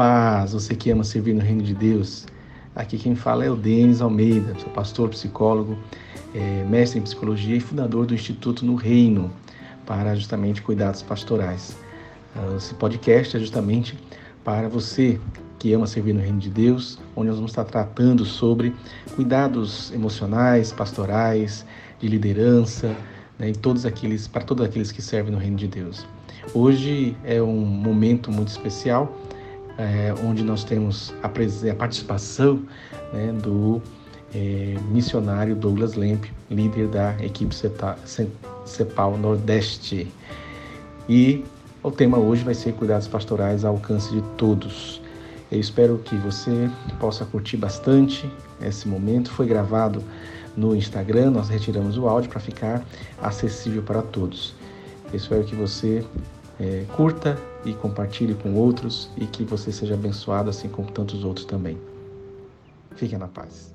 paz, você que ama servir no reino de Deus. Aqui quem fala é o Denis Almeida, sou pastor, psicólogo, mestre em psicologia e fundador do Instituto No Reino, para justamente cuidados pastorais. Esse podcast é justamente para você que ama servir no reino de Deus, onde nós vamos estar tratando sobre cuidados emocionais, pastorais, de liderança, né, para todos aqueles que servem no reino de Deus. Hoje é um momento muito especial, onde nós temos a participação, né, do missionário Douglas Lemp, líder da equipe CEPAL Nordeste. E o tema hoje vai ser cuidados pastorais ao alcance de todos. Eu espero que você possa curtir bastante esse momento. Foi gravado no Instagram, nós retiramos o áudio para ficar acessível para todos. Eu espero que você curta e compartilhe com outros e que você seja abençoado assim como tantos outros também. Fiquem na paz.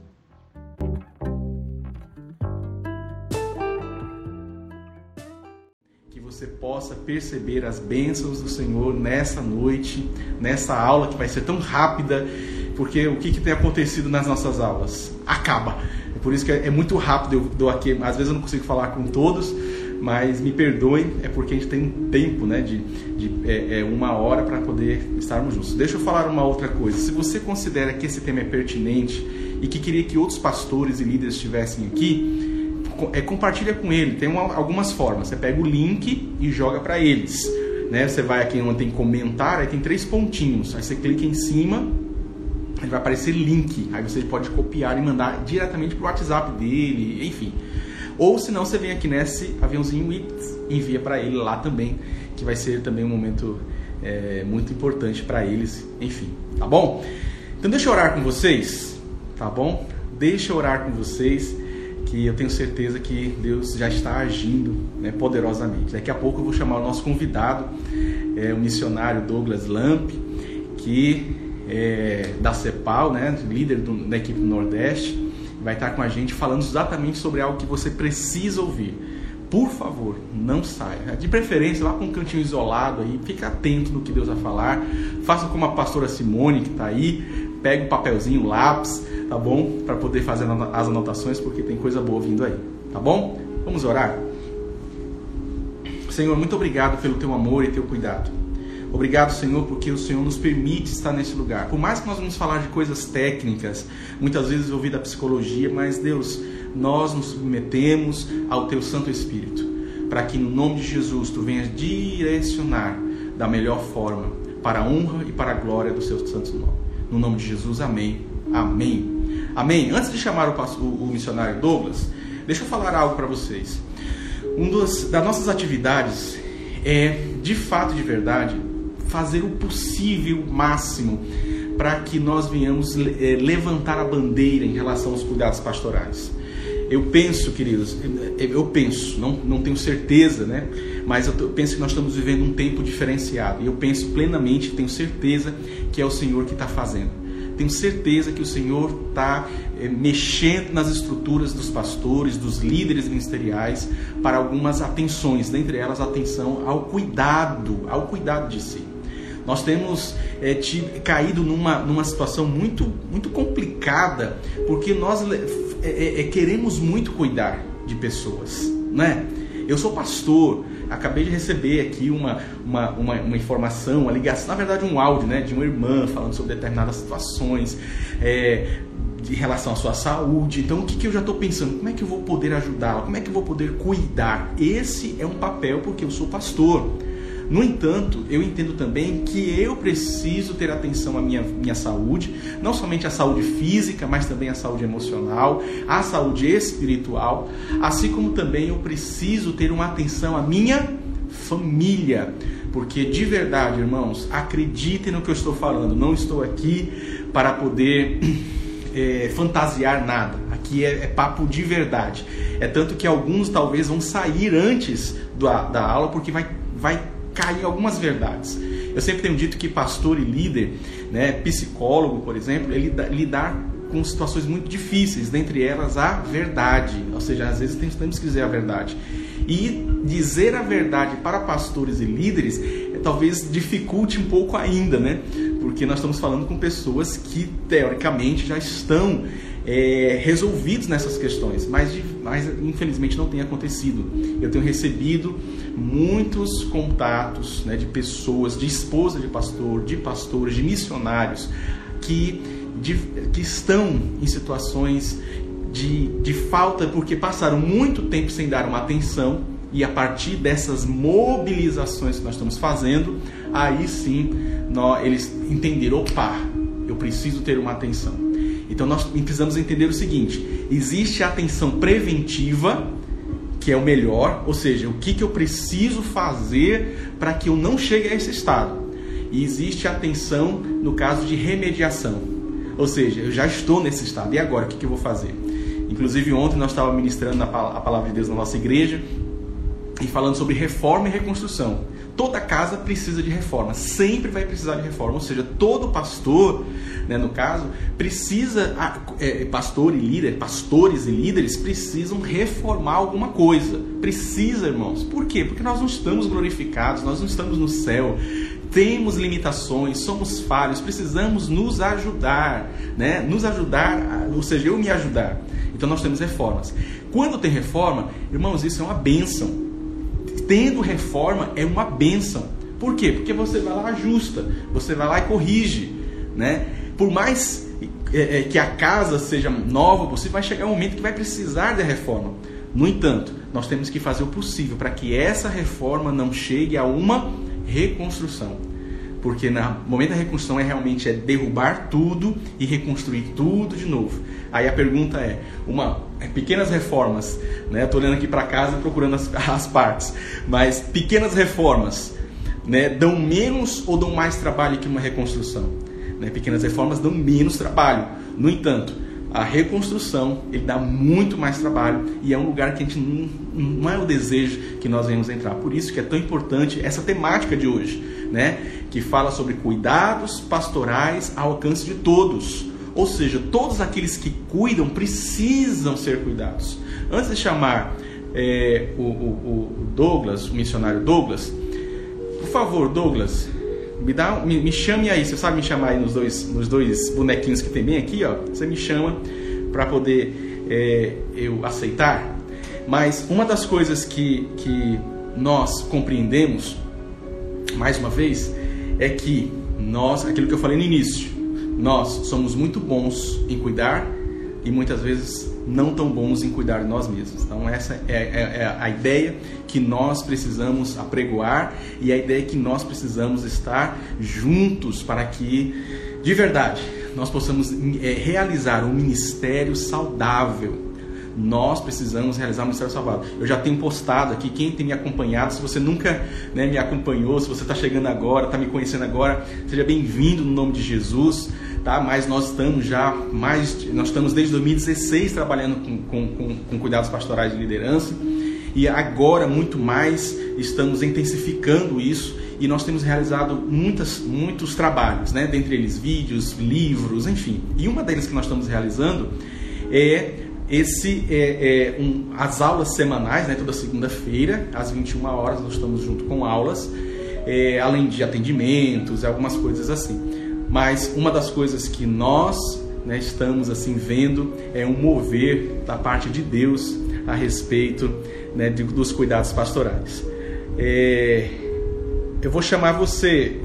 Que você possa perceber as bênçãos do Senhor nessa noite, nessa aula que vai ser tão rápida, porque o que tem acontecido nas nossas aulas? Acaba. É por isso que é muito rápido, eu dou aqui, às vezes eu não consigo falar com todos, mas me perdoem, é porque a gente tem um tempo, né, de 1 hora para poder estarmos juntos. Deixa eu falar uma outra coisa. Se você considera que esse tema é pertinente e que queria que outros pastores e líderes estivessem aqui, compartilha com ele. Tem algumas formas. Você pega o link e joga para eles, né? Você vai aqui onde tem comentar, aí tem 3 pontinhos. Aí você clica em cima, aí vai aparecer link. Aí você pode copiar e mandar diretamente para o WhatsApp dele, enfim. Ou se não, você vem aqui nesse aviãozinho e envia para ele lá também, que vai ser também um momento muito importante para eles, enfim, tá bom? Então deixa eu orar com vocês, tá bom? Deixa eu orar com vocês, que eu tenho certeza que Deus já está agindo, né, poderosamente. Daqui a pouco eu vou chamar o nosso convidado, o missionário Douglas Lemp, que é da CEPAL, né, líder da equipe do Nordeste. Vai estar com a gente falando exatamente sobre algo que você precisa ouvir. Por favor, não saia. De preferência, vá para um cantinho isolado aí, fica atento no que Deus vai falar. Faça como a pastora Simone, que está aí, pega um papelzinho, um lápis, tá bom? Para poder fazer as anotações, porque tem coisa boa vindo aí, tá bom? Vamos orar? Senhor, muito obrigado pelo teu amor e teu cuidado. Obrigado, Senhor, porque o Senhor nos permite estar nesse lugar. Por mais que nós vamos falar de coisas técnicas, muitas vezes ouvir da psicologia, mas Deus, nós nos submetemos ao Teu Santo Espírito, para que no nome de Jesus Tu venhas direcionar da melhor forma, para a honra e para a glória do Seu Santo nome. No nome de Jesus, amém, amém, amém. Antes de chamar o missionário Douglas, deixa eu falar algo para vocês. Das nossas atividades é, de fato, de verdade, fazer o possível máximo para que nós venhamos levantar a bandeira em relação aos cuidados pastorais. Eu penso, queridos, não tenho certeza, né? Mas eu penso que nós estamos vivendo um tempo diferenciado. E eu penso plenamente, tenho certeza que é o Senhor que está fazendo. Tenho certeza que o Senhor está mexendo nas estruturas dos pastores, dos líderes ministeriais, para algumas atenções, dentre elas a atenção ao cuidado de si. Nós temos caído numa situação muito, muito complicada, porque nós queremos muito cuidar de pessoas, né? Eu sou pastor, acabei de receber aqui uma informação, uma ligação, na verdade um áudio, né, de uma irmã falando sobre determinadas situações em relação à sua saúde. Então o que eu já estou pensando? Como é que eu vou poder ajudá-la? Como é que eu vou poder cuidar? Esse é um papel, porque eu sou pastor. No entanto, eu entendo também que eu preciso ter atenção à minha saúde, não somente a saúde física, mas também a saúde emocional, a saúde espiritual, assim como também eu preciso ter uma atenção à minha família, porque de verdade, irmãos, acreditem no que eu estou falando, não estou aqui para poder fantasiar nada, aqui é papo de verdade. É tanto que alguns talvez vão sair antes da aula, porque vai cair algumas verdades. Eu sempre tenho dito que pastor e líder, né, psicólogo, por exemplo, ele lidar com situações muito difíceis, dentre elas a verdade, ou seja, às vezes temos que dizer a verdade. E dizer a verdade para pastores e líderes talvez dificulte um pouco ainda, né? porque nós estamos falando com pessoas que, teoricamente, já estão resolvidos nessas questões, mas infelizmente não tem acontecido. Eu tenho recebido muitos contatos, né, de pessoas, de esposa de pastor, de pastores, de missionários que estão em situações de falta porque passaram muito tempo sem dar uma atenção, e a partir dessas mobilizações que nós estamos fazendo, aí sim eles entenderam: opa, eu preciso ter uma atenção. Então nós precisamos entender o seguinte: existe a atenção preventiva, que é o melhor, ou seja, o que eu preciso fazer para que eu não chegue a esse estado. E existe a atenção no caso de remediação, ou seja, eu já estou nesse estado, e agora o que eu vou fazer? Inclusive ontem nós estávamos ministrando a palavra de Deus na nossa igreja e falando sobre reforma e reconstrução. Toda casa precisa de reforma, sempre vai precisar de reforma, ou seja, todo pastor, né, no caso, precisa, pastores e líderes precisam reformar alguma coisa. Precisa, irmãos. Por quê? Porque nós não estamos glorificados, nós não estamos no céu, temos limitações, somos falhos, precisamos nos ajudar, né? Nos ajudar, ou seja, eu me ajudar. Então nós temos reformas. Quando tem reforma, irmãos, isso é uma bênção. Tendo reforma é uma bênção. Por quê? Porque você vai lá e ajusta, você vai lá e corrige, né? Por mais que a casa seja nova, você vai chegar um momento que vai precisar de reforma. No entanto, nós temos que fazer o possível para que essa reforma não chegue a uma reconstrução. Porque no momento da reconstrução realmente derrubar tudo e reconstruir tudo de novo. Aí a pergunta é, pequenas reformas, né? Estou olhando aqui para casa procurando as partes, mas pequenas reformas, né, dão menos ou dão mais trabalho que uma reconstrução? Né? Pequenas reformas dão menos trabalho. No entanto, a reconstrução, ele dá muito mais trabalho, e é um lugar que a gente não é o desejo que nós venhamos entrar. Por isso que é tão importante essa temática de hoje, né? Que fala sobre cuidados pastorais ao alcance de todos. Ou seja, todos aqueles que cuidam precisam ser cuidados. Antes de chamar o Douglas, o missionário Douglas, por favor, Douglas, me chame aí. Você sabe me chamar aí nos dois bonequinhos que tem bem aqui, ó. Você me chama para poder eu aceitar. Mas uma das coisas que nós compreendemos, mais uma vez, é que aquilo que eu falei no início, nós somos muito bons em cuidar e muitas vezes não tão bons em cuidar de nós mesmos. Então essa é a ideia que nós precisamos apregoar, e a ideia que nós precisamos estar juntos para que, de verdade, nós possamos realizar um ministério saudável. Nós precisamos realizar um ministério saudável. Eu já tenho postado aqui, quem tem me acompanhado, se você nunca, né, me acompanhou, se você está chegando agora, está me conhecendo agora, seja bem-vindo no nome de Jesus. Tá? Mas nós estamos desde 2016 trabalhando com cuidados pastorais de liderança, e agora muito mais estamos intensificando isso, e nós temos realizado muitos trabalhos, né? Dentre eles vídeos, livros, enfim. E uma deles que nós estamos realizando é as aulas semanais, né? Toda segunda-feira às 21 horas nós estamos junto com aulas, além de atendimentos, algumas coisas assim. Mas uma das coisas que nós, né, estamos assim vendo é um mover da parte de Deus a respeito, né, dos cuidados pastorais. Eu vou chamar você,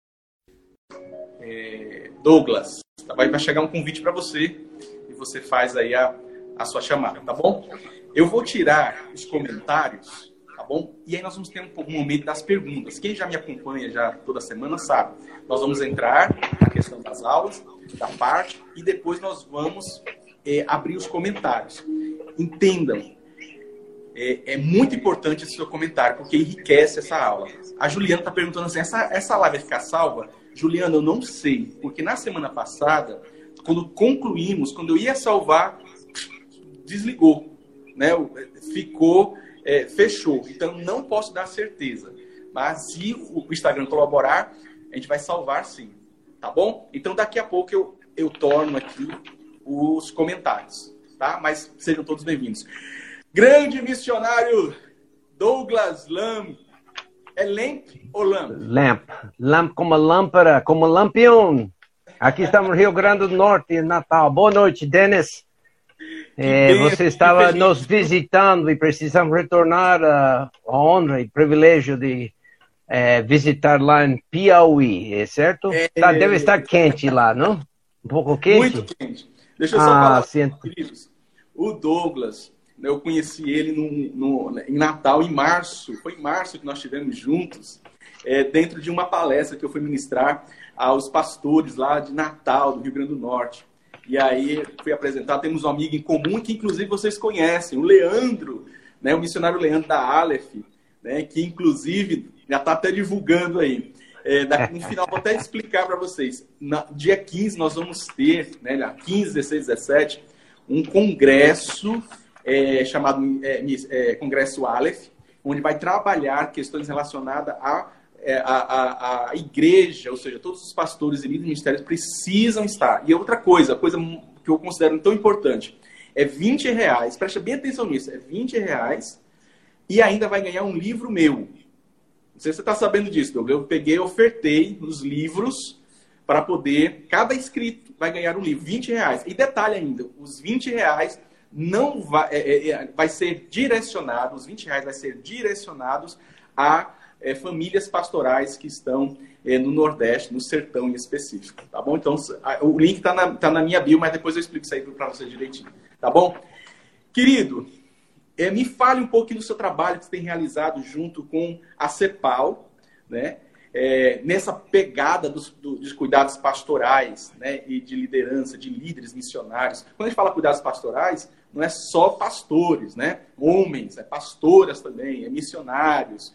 Douglas. Vai chegar um convite para você e você faz aí a sua chamada, tá bom? Eu vou tirar os comentários, tá bom? E aí nós vamos ter um momento das perguntas. Quem já me acompanha já toda semana sabe. Nós vamos entrar na questão das aulas, da parte, e depois nós vamos abrir os comentários. Entendam, é muito importante esse seu comentário, porque enriquece essa aula. A Juliana está perguntando assim, essa live vai ficar salva? Juliana, eu não sei, porque na semana passada, quando concluímos, quando eu ia salvar, desligou, né? Fechou. Então não posso dar certeza. Mas se o Instagram colaborar, a gente vai salvar sim, tá bom? Então daqui a pouco eu torno aqui os comentários, tá? Mas sejam todos bem-vindos. Grande missionário Douglas Lam, É lamp ou lamp? Lamp. Lamp como lâmpada, como lampião. Aqui estamos no Rio Grande do Norte, em Natal. Boa noite, Denis. Você estava nos visitando e precisamos retornar a honra e privilégio de visitar lá em Piauí, é certo? Deve estar quente lá, não? Um pouco quente? Muito quente. Deixa eu só falar, queridos. O Douglas, eu conheci ele em Natal, em março. Foi em março que nós estivemos juntos, dentro de uma palestra que eu fui ministrar aos pastores lá de Natal, do Rio Grande do Norte. E aí fui apresentar, temos um amigo em comum que inclusive vocês conhecem, o Leandro, né, o missionário Leandro da Aleph, né, que inclusive já está até divulgando aí. No final, vou até explicar para vocês. Dia 15 nós vamos ter, né, 15, 16, 17, um congresso chamado Congresso Aleph, onde vai trabalhar questões relacionadas a igreja, ou seja, todos os pastores e líderes de ministérios precisam estar. E outra coisa, a coisa que eu considero tão importante, é R$20, presta bem atenção nisso, é R$20 e ainda vai ganhar um livro meu. Não sei se você está sabendo disso, Douglas. Eu ofertei os livros para poder, cada inscrito vai ganhar um livro, R$20. E detalhe ainda, os R$20 não vai ser direcionado, os R$20 vai ser direcionados a famílias pastorais que estão no Nordeste, no Sertão em específico, tá bom? Então, o link tá na minha bio, mas depois eu explico isso aí para você direitinho, tá bom? Querido, me fale um pouco do seu trabalho que você tem realizado junto com a CEPAL, né? Nessa pegada dos cuidados pastorais, né? E de liderança, de líderes missionários. Quando a gente fala cuidados pastorais, não é só pastores, né? Homens, pastoras também, missionários,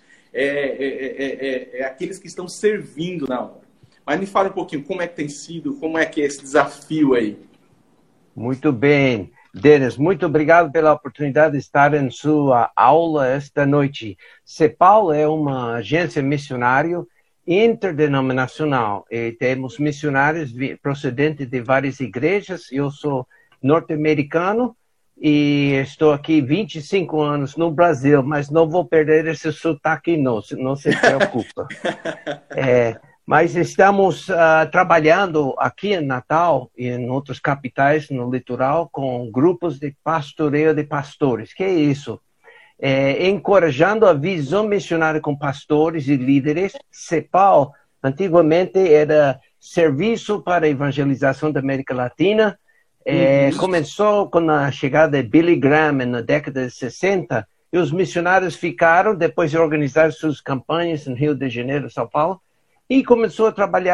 aqueles que estão servindo na obra. Mas me fala um pouquinho como é que tem sido, como é que é esse desafio aí. Muito bem. Denis, muito obrigado pela oportunidade de estar em sua aula esta noite. CEPAL é uma agência missionária interdenominacional e temos missionários procedentes de várias igrejas. Eu sou norte-americano e estou aqui 25 anos no Brasil, mas não vou perder esse sotaque não se preocupa. Mas estamos trabalhando aqui em Natal e em outras capitais no litoral com grupos de pastoreio de pastores. Que é isso? Encorajando a visão missionária com pastores e líderes. CEPAL, antigamente, era Serviço para a Evangelização da América Latina. Começou com a chegada de Billy Graham na década de 60 e os missionários ficaram, depois de organizar suas campanhas em Rio de Janeiro, São Paulo, e começaram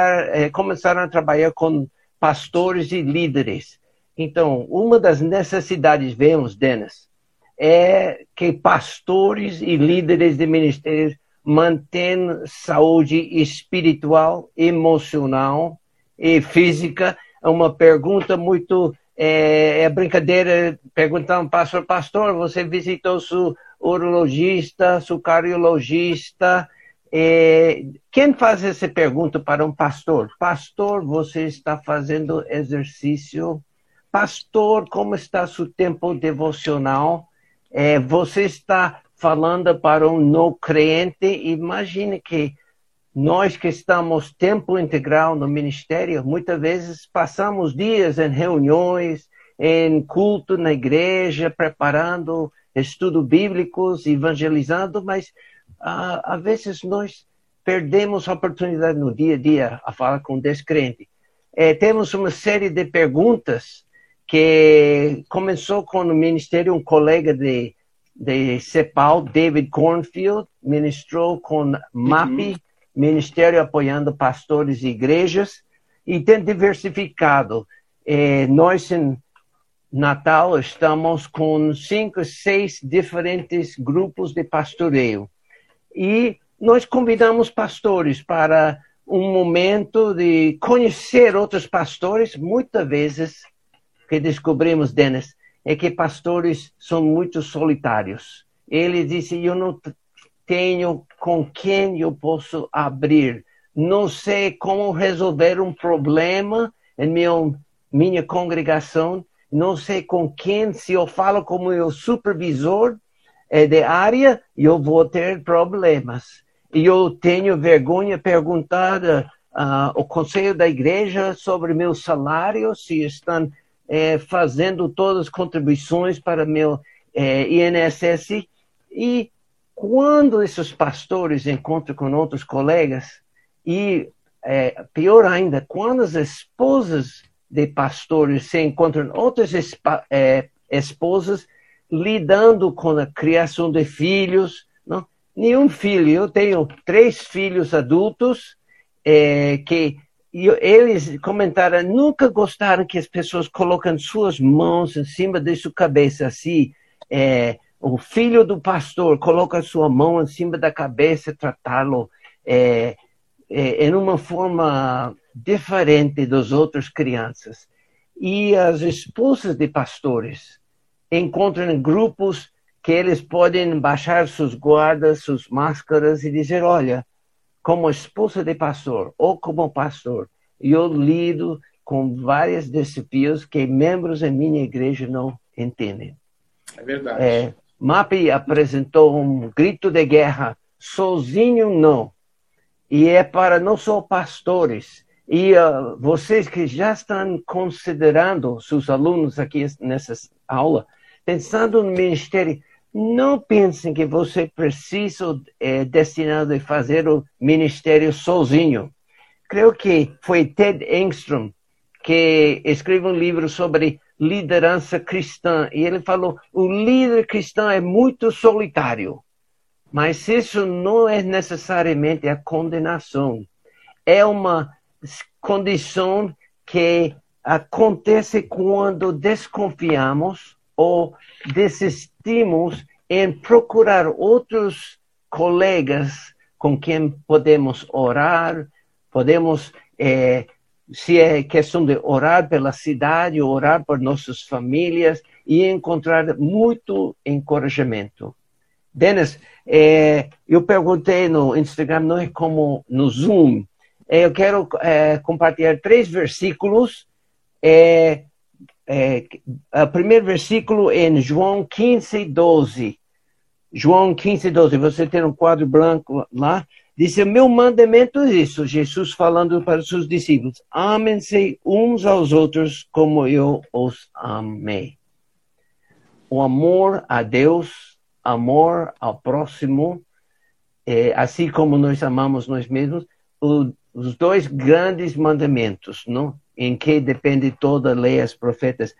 a trabalhar com pastores e líderes. Então, uma das necessidades, vemos, Denis, é que pastores e líderes de ministérios mantenham saúde espiritual, emocional e física. É uma pergunta muito... brincadeira, perguntando, pastor, você visitou seu urologista, seu cardiologista... quem faz essa pergunta para um pastor? Pastor, você está fazendo exercício? Pastor, como está seu tempo devocional? Você está falando para um não crente? Imagine que nós que estamos tempo integral no ministério, muitas vezes passamos dias em reuniões, em culto na igreja, preparando estudos bíblicos, evangelizando, mas às vezes nós perdemos a oportunidade no dia a dia a falar com descrente. Temos uma série de perguntas que começou com o ministério, um colega de CEPAL, David Cornfield, ministrou com MAPI, Ministério apoiando pastores e igrejas, e tem diversificado. Nós em Natal estamos com 5, 6 diferentes grupos de pastoreio. E nós convidamos pastores para um momento de conhecer outros pastores. Muitas vezes, o que descobrimos, Denis, é que pastores são muito solitários. Eles dizem, eu não tenho com quem eu posso abrir. Não sei como resolver um problema em minha congregação. Não sei com quem, se eu falo com o meu supervisor de área, eu vou ter problemas. E eu tenho vergonha de perguntar ao conselho da igreja sobre meu salário, se estão fazendo todas as contribuições para meu INSS. E quando esses pastores encontram com outros colegas, e pior ainda, quando as esposas de pastores se encontram outras esposas lidando com a criação de filhos, não? Nenhum filho. Eu tenho 3 filhos adultos que eles comentaram, nunca gostaram que as pessoas colocam suas mãos em cima de sua cabeça, assim. O filho do pastor coloca sua mão em cima da cabeça, tratá-lo em uma forma diferente das outras crianças. E as esposas de pastores encontram em grupos que eles podem baixar suas guardas, suas máscaras e dizer, olha, como esposa de pastor ou como pastor, eu lido com vários desafios que membros da minha igreja não entendem. É verdade. MAPI apresentou um grito de guerra, sozinho não. E é para não só pastores. E vocês que já estão considerando, seus alunos aqui nessa aula, pensando no ministério, não pensem que você precisa destinado a fazer o ministério sozinho. Creio que foi Ted Engstrom que escreveu um livro sobre liderança cristã. E ele falou, o líder cristão é muito solitário. Mas isso não é necessariamente a condenação. É uma condição que acontece quando desconfiamos ou desistimos em procurar outros colegas com quem podemos orar, podemos, se é questão de orar pela cidade, orar por nossas famílias e encontrar muito encorajamento. Dennis, eu perguntei no Instagram, não é como no Zoom. Eu quero compartilhar 3 versículos. O primeiro versículo em João 15:12. João 15:12. Você tem um quadro branco lá. Diz, o meu mandamento é isso. Jesus falando para os seus discípulos. Amem-se uns aos outros como eu os amei. O amor a Deus, amor ao próximo, assim como nós amamos nós mesmos, os 2 grandes mandamentos, não? Em que depende toda a lei e os profetas.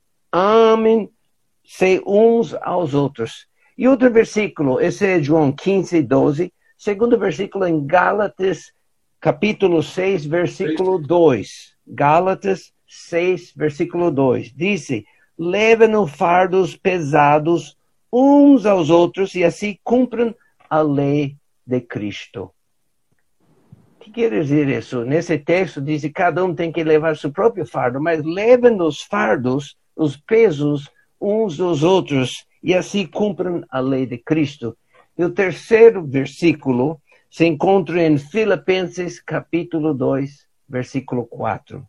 Amem-se uns aos outros. E outro versículo, esse é João 15:12. Segundo versículo em Gálatas, capítulo 6, versículo 2. Gálatas 6, versículo 2. Diz, levem os fardos pesados uns aos outros e assim cumpram a lei de Cristo. O que quer dizer isso? Nesse texto diz que cada um tem que levar seu próprio fardo, mas levem os fardos, os pesos uns dos outros e assim cumpram a lei de Cristo. E o terceiro versículo se encontra em Filipenses capítulo 2, versículo 4.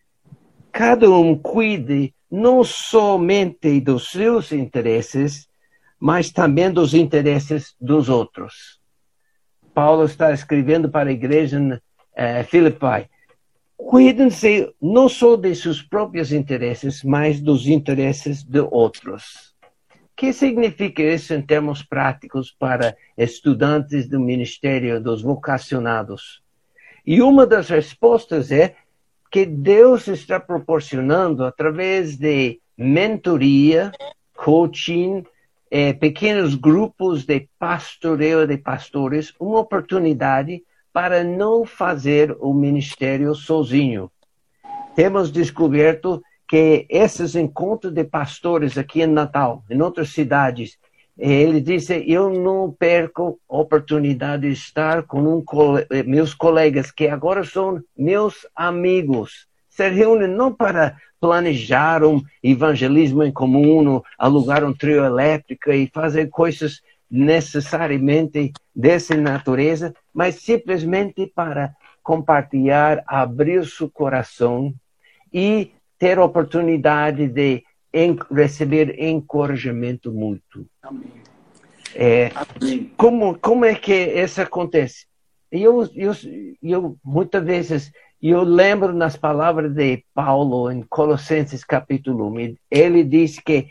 Cada um cuide não somente dos seus interesses, mas também dos interesses dos outros. Paulo está escrevendo para a igreja em Filipai. Cuidem-se não só de seus próprios interesses, mas dos interesses de outros. O que significa isso em termos práticos para estudantes do ministério dos vocacionados? E uma das respostas é que Deus está proporcionando, através de mentoria, coaching, pequenos grupos de pastoreio de pastores, uma oportunidade para não fazer o ministério sozinho. Temos descoberto que esses encontros de pastores aqui em Natal, em outras cidades, ele disse, eu não perco a oportunidade de estar com meus colegas, que agora são meus amigos. Se reúnem não para planejar um evangelismo em comum, alugar um trio elétrico e fazer coisas necessariamente dessa natureza, mas simplesmente para compartilhar, abrir seu coração e ter a oportunidade de receber encorajamento mútuo. Amém. Como é que isso acontece? Eu muitas vezes, eu lembro nas palavras de Paulo em Colossenses capítulo 1, ele diz que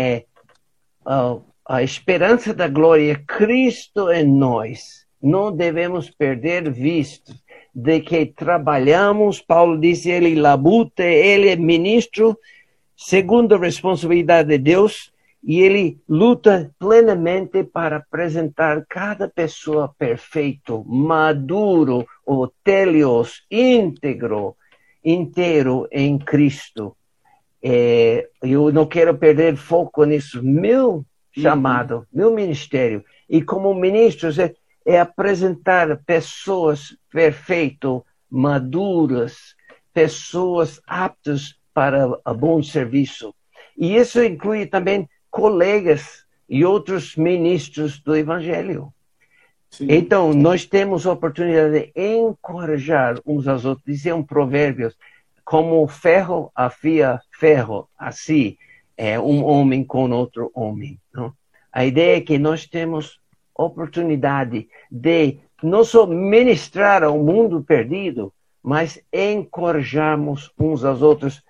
a esperança da glória é Cristo em nós. Não devemos perder vista de que trabalhamos, Paulo diz, ele labuta, ele é ministro segundo a responsabilidade de Deus, e ele luta plenamente para apresentar cada pessoa perfeito, maduro, ou telios, íntegro, inteiro em Cristo. Eu não quero perder foco nisso. Meu chamado, meu ministério, e como ministros, é apresentar pessoas perfeitas, maduras, pessoas aptas para o bom serviço. E isso inclui também colegas e outros ministros do Evangelho. Sim. Então, nós temos a oportunidade de encorajar uns aos outros. Dizem um provérbio, como ferro afia ferro, assim um homem com outro homem. Não? A ideia é que nós temos oportunidade de não só ministrar ao mundo perdido, mas encorajarmos uns aos outros.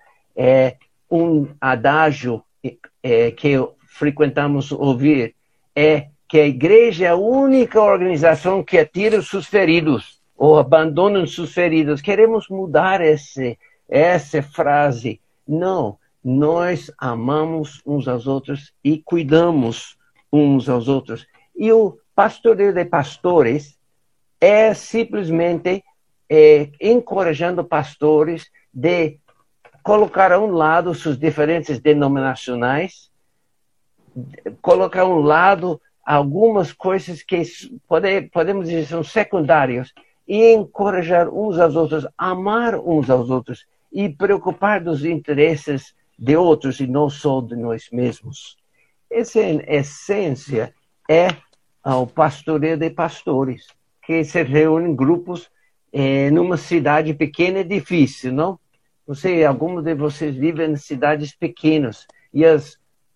Um adágio que frequentamos ouvir é que a igreja é a única organização que atira os seus feridos ou abandona os seus feridos. Queremos mudar essa frase. Não, nós amamos uns aos outros e cuidamos uns aos outros. E o pastoreio de pastores é simplesmente encorajando pastores de colocar a um lado suas diferenças denominacionais, colocar a um lado algumas coisas que podemos dizer são secundárias e encorajar uns aos outros, amar uns aos outros e preocupar dos interesses de outros e não só de nós mesmos. Essa, em essência, é o pastoreio de pastores, que se reúnem em grupos numa cidade pequena e difícil, não? Não sei, alguns de vocês vivem em cidades pequenas e as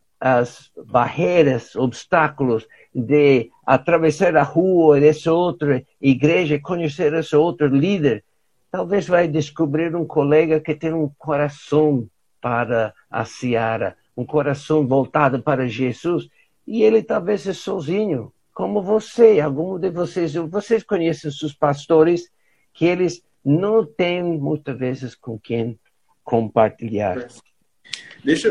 barreiras, obstáculos de atravessar a rua dessa outra igreja, conhecer esse outro líder, talvez vai descobrir um colega que tem um coração para a seara, um coração voltado para Jesus, e ele talvez é sozinho, como você, alguns de vocês conhecem seus pastores, que eles não têm muitas vezes com quem compartilhar. Deixa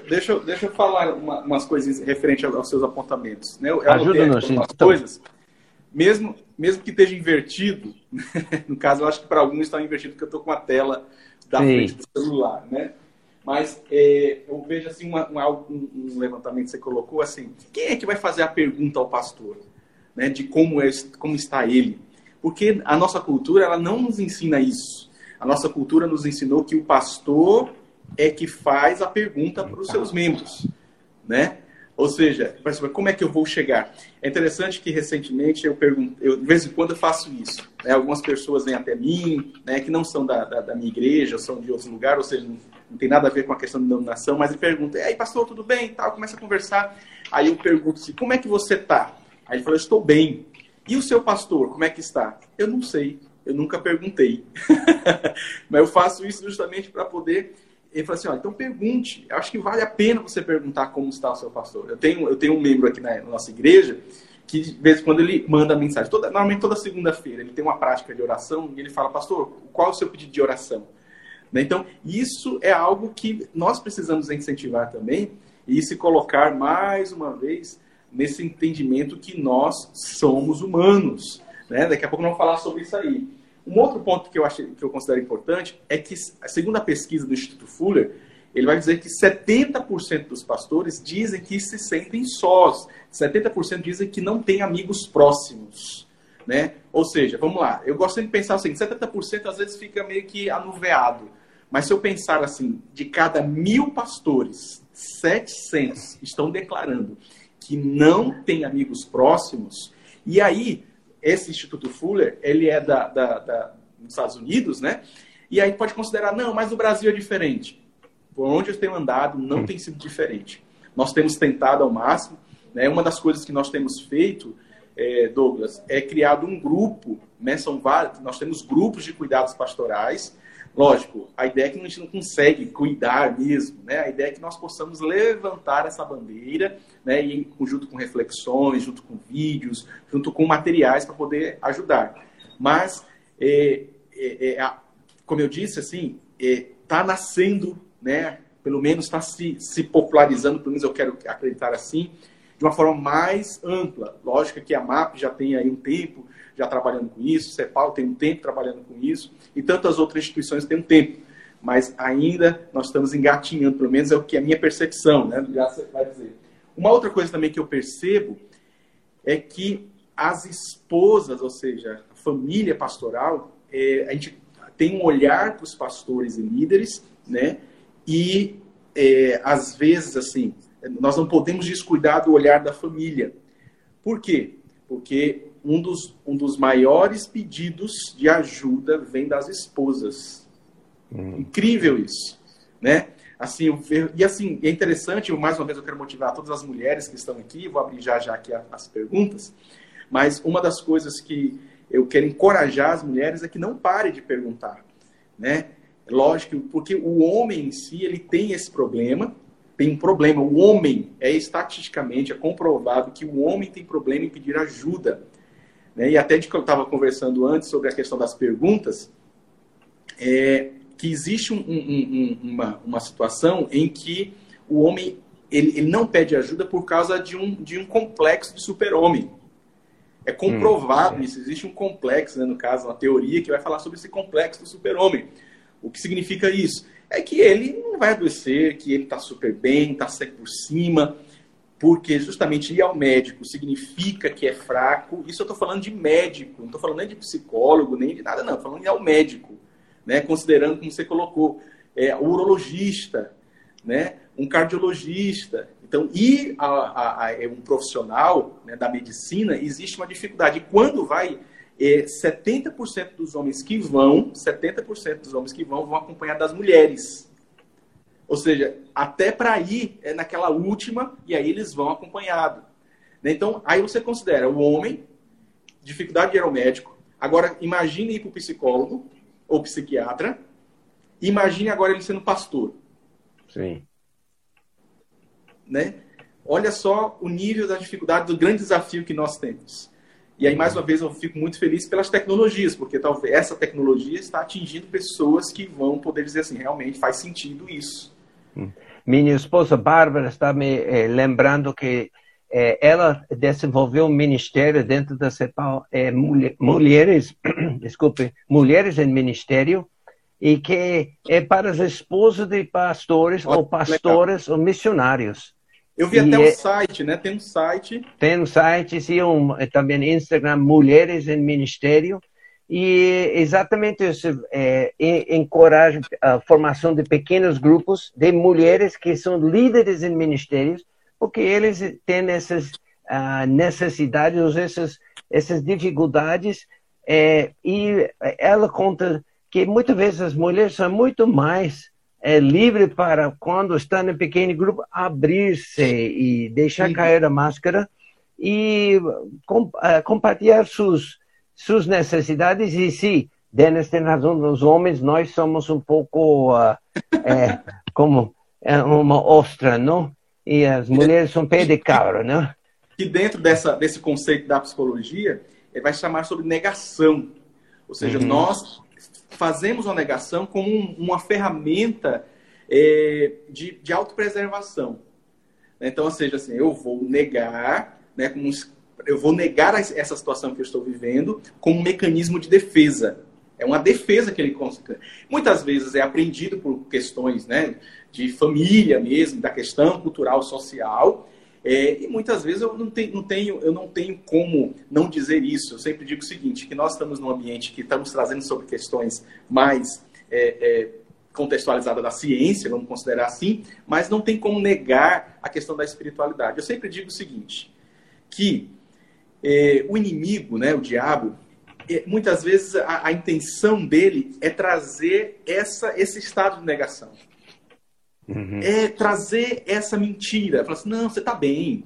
eu falar umas coisinhas referente aos seus apontamentos. Né? Ajuda-nos, então. Coisas, mesmo que esteja invertido, no caso, eu acho que para alguns está invertido, porque eu estou com a tela da frente do celular, né? Mas eu vejo assim um levantamento que você colocou assim, quem é que vai fazer a pergunta ao pastor, né, de como está ele? Porque a nossa cultura ela não nos ensina isso. A nossa cultura nos ensinou que o pastor é que faz a pergunta para os seus membros, né? Ou seja, como é que eu vou chegar? É interessante que recentemente de vez em quando eu faço isso. Né? Algumas pessoas vêm até mim, né, que não são da minha igreja, são de outros lugares, ou seja, não tem nada a ver com a questão de denominação, mas me perguntam, e aí pastor, tudo bem? E tal, começa a conversar. Aí eu pergunto assim, como é que você está? Aí ele falou, eu estou bem. E o seu pastor, como é que está? Eu não sei, eu nunca perguntei. Mas eu faço isso justamente para poder... Ele falou assim, então pergunte. Eu acho que vale a pena você perguntar como está o seu pastor. Eu tenho um membro aqui na nossa igreja que, de vez em quando, ele manda mensagem. Normalmente, toda segunda-feira, ele tem uma prática de oração e ele fala, pastor, qual é o seu pedido de oração? Né? Então, isso é algo que nós precisamos incentivar também e se colocar, mais uma vez, nesse entendimento que nós somos humanos. Né? Daqui a pouco nós vamos falar sobre isso aí. Um outro ponto que eu considero importante é que, segundo a pesquisa do Instituto Fuller, ele vai dizer que 70% dos pastores dizem que se sentem sós. 70% dizem que não têm amigos próximos. Né? Ou seja, vamos lá, eu gosto de pensar assim, 70% às vezes fica meio que anuviado. Mas se eu pensar assim, de cada 1.000 pastores, 700 estão declarando que não têm amigos próximos, e aí... Esse Instituto Fuller, ele é dos Estados Unidos, né? E aí pode considerar, não, mas o Brasil é diferente. Por onde eu tenho andado, não tem sido diferente. Nós temos tentado ao máximo, né? Uma das coisas que nós temos feito, Douglas, é criado um grupo, né? Nós temos grupos de cuidados pastorais. Lógico, a ideia é que a gente não consegue cuidar mesmo, né? A ideia é que nós possamos levantar essa bandeira, né? E junto com reflexões, junto com vídeos, junto com materiais para poder ajudar. Mas, como eu disse, assim, está nascendo, né? Pelo menos está se popularizando, pelo menos eu quero acreditar assim, de uma forma mais ampla. Lógico que a MAP já tem aí um tempo já trabalhando com isso, o CEPAL tem um tempo trabalhando com isso, e tantas outras instituições têm um tempo. Mas ainda nós estamos engatinhando, pelo menos é o que é a minha percepção, né? Você vai dizer. Uma outra coisa também que eu percebo é que as esposas, ou seja, a família pastoral, a gente tem um olhar para os pastores e líderes, né? E às vezes, assim, nós não podemos descuidar do olhar da família. Por quê? Porque um dos maiores pedidos de ajuda vem das esposas. Incrível isso, né? Assim, e assim, é interessante, mais uma vez eu quero motivar todas as mulheres que estão aqui, vou abrir já aqui as perguntas, mas uma das coisas que eu quero encorajar as mulheres é que não pare de perguntar, né? Lógico, porque o homem em si, ele tem esse problema, tem um problema. O homem, estatisticamente, é comprovado que o homem tem problema em pedir ajuda. Né? E até de que eu estava conversando antes sobre a questão das perguntas, que existe uma situação em que o homem ele não pede ajuda por causa de um complexo de super-homem. É comprovado isso. Existe um complexo, né, no caso, uma teoria que vai falar sobre esse complexo do super-homem. O que significa isso? É que ele não vai adoecer, que ele está super bem, está sempre por cima, porque justamente ir ao médico significa que é fraco. Isso eu estou falando de médico, não estou falando nem de psicólogo, nem de nada, não. Estou falando de ir ao médico, né? Considerando, como você colocou, o urologista, né? Um cardiologista. Então, ir a um profissional, né, da medicina, existe uma dificuldade. E quando vai... 70% dos homens que vão vão acompanhar das mulheres. Ou seja, até para ir naquela última, e aí eles vão acompanhado. Então, aí você considera o homem, dificuldade de ir ao médico. Agora, imagine ir para o psicólogo ou psiquiatra. Imagine agora ele sendo pastor. Sim. Né? Olha só o nível da dificuldade, do grande desafio que nós temos. E aí, mais uma vez, eu fico muito feliz pelas tecnologias, porque talvez essa tecnologia está atingindo pessoas que vão poder dizer assim, realmente faz sentido isso. Minha esposa Bárbara está me lembrando que ela desenvolveu um ministério dentro da CEPAL, mulheres em ministério, e que é para as esposas de pastores ou pastoras ou missionários. Eu vi até um site, né? Tem um site. Tem um site e também Instagram, Mulheres em Ministério. E exatamente isso encoraja a formação de pequenos grupos de mulheres que são líderes em ministérios, porque eles têm essas necessidades, essas dificuldades. E ela conta que muitas vezes as mulheres são muito mais livre para, quando está em pequeno grupo, abrir-se e deixar cair a máscara e compartilhar suas necessidades. E sim, Dennis tem razão, os homens, nós somos um pouco como uma ostra, não? E as mulheres são pé de cabra, não? E dentro desse conceito da psicologia, ele vai chamar sobre negação. Ou seja, nós fazemos uma negação como uma ferramenta de autopreservação. Então, ou seja, assim, eu vou negar, né, eu vou negar essa situação que eu estou vivendo como um mecanismo de defesa. É uma defesa que ele consegue. Muitas vezes é aprendido por questões, né, de família mesmo, da questão cultural, social. E muitas vezes eu não tenho como não dizer isso. Eu sempre digo o seguinte, que nós estamos num ambiente que estamos trazendo sobre questões mais contextualizadas da ciência, vamos considerar assim, mas não tem como negar a questão da espiritualidade. Eu sempre digo o seguinte, que o inimigo, né, o diabo, muitas vezes a intenção dele é trazer esse estado de negação. É trazer essa mentira. Falar assim, não, você está bem.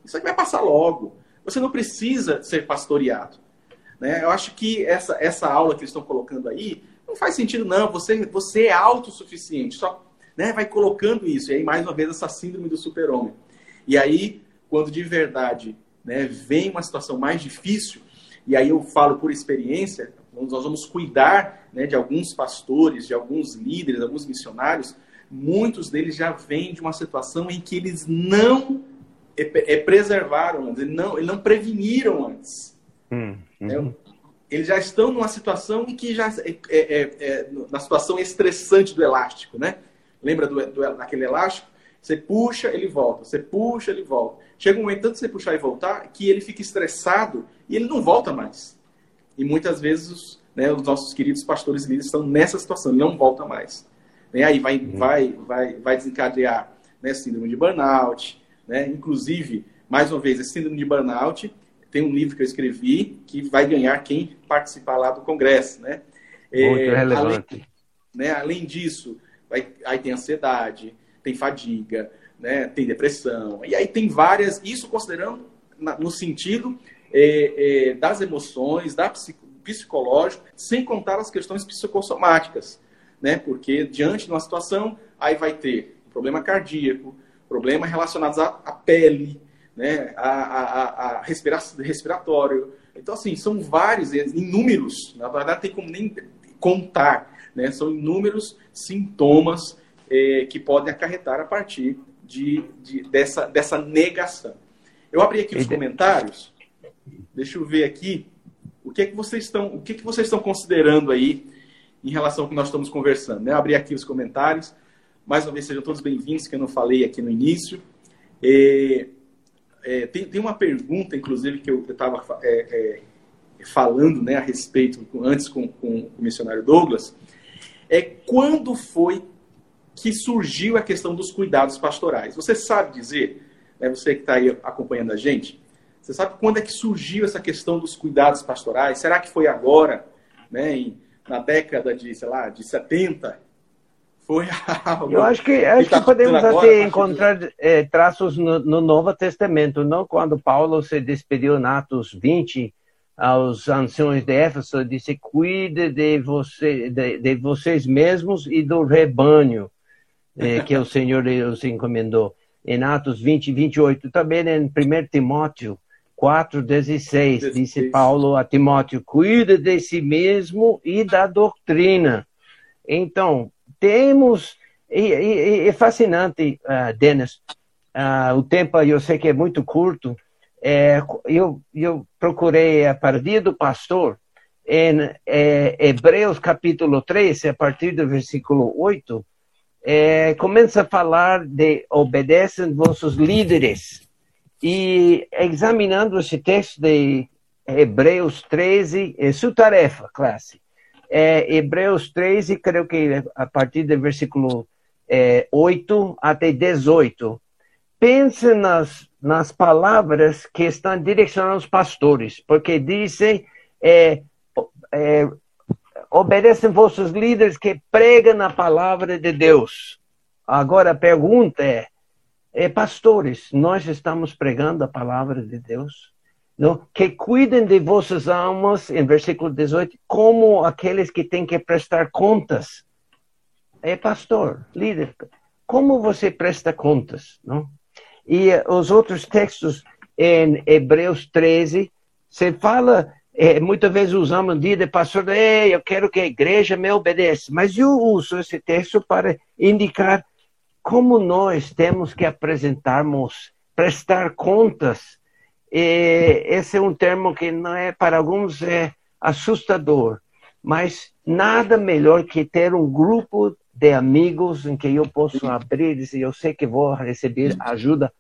Isso aqui vai passar logo. Você não precisa ser pastoreado. Né? Eu acho que essa aula que eles estão colocando aí não faz sentido, não. Você é autossuficiente. Só, né, vai colocando isso. E aí, mais uma vez, essa síndrome do super-homem. E aí, quando de verdade, né, vem uma situação mais difícil, e aí eu falo por experiência, nós vamos cuidar, né, de alguns pastores, de alguns líderes, alguns missionários, muitos deles já vêm de uma situação em que eles não preservaram antes, eles não preveniram antes. Eles já estão numa situação em que já na situação estressante do elástico, né? Lembra daquele elástico? Você puxa, ele volta. Você puxa, ele volta. Chega um momento, tanto você puxar e voltar, que ele fica estressado e ele não volta mais. E muitas vezes os nossos queridos pastores e líderes estão nessa situação, ele não volta mais. E aí vai desencadear, né, síndrome de burnout, né? Inclusive, mais uma vez, esse síndrome de burnout, tem um livro que eu escrevi que vai ganhar quem participar lá do congresso. Né? Muito relevante. Além disso, aí tem ansiedade, tem fadiga, né? Tem depressão. E aí tem várias, isso considerando no sentido das emoções, da psicológico, sem contar as questões psicossomáticas. Né? Porque diante de uma situação, aí vai ter problema cardíaco, problemas relacionados à pele, né? a respiratório. Então, assim, são vários, inúmeros, na verdade, não tem como nem contar, né? São inúmeros sintomas que podem acarretar a partir dessa negação. Eu abri aqui os comentários, deixa eu ver aqui, o que vocês estão considerando aí em relação ao que nós estamos conversando. Né? Eu abri aqui os comentários, mais uma vez sejam todos bem-vindos, que eu não falei aqui no início. Tem uma pergunta, inclusive, que eu estava falando, né, a respeito, antes com o missionário Douglas, quando foi que surgiu a questão dos cuidados pastorais? Você sabe dizer, né, você que está aí acompanhando a gente, você sabe quando é que surgiu essa questão dos cuidados pastorais? Será que foi agora, né, na década de 70? Foi algo... Eu acho que podemos até encontrar traços no Novo Testamento, não? Quando Paulo se despediu em Atos 20 aos anciões de Éfeso, disse: cuide de vocês mesmos e do rebanho que o Senhor os encomendou. Em Atos 20, 28, também em 1 Timóteo 4:16, disse Paulo a Timóteo: cuide de si mesmo e da doutrina. Então, temos, e é fascinante, Dennis, o tempo eu sei que é muito curto, eu procurei a partir do pastor, em Hebreus capítulo 13, a partir do versículo 8, começa a falar de obedecem vossos líderes. E examinando esse texto de Hebreus 13, é sua tarefa, classe. Hebreus 13, creio que a partir do versículo 8 até 18. Pense nas palavras que estão direcionadas aos pastores, porque dizem, obedecem vossos líderes que pregam a palavra de Deus. Agora a pergunta pastores, nós estamos pregando a palavra de Deus? Não? Que cuidem de vossas almas, em versículo 18, como aqueles que têm que prestar contas. Pastor, líder, como você presta contas? Não? E os outros textos em Hebreus 13, você fala, muitas vezes usamos o dia de pastor, eu quero que a igreja me obedeça, mas eu uso esse texto para indicar como nós temos que prestar contas. Esse é um termo que não para alguns é assustador, mas nada melhor que ter um grupo de amigos em que eu posso abrir e dizer, eu sei que vou receber ajuda,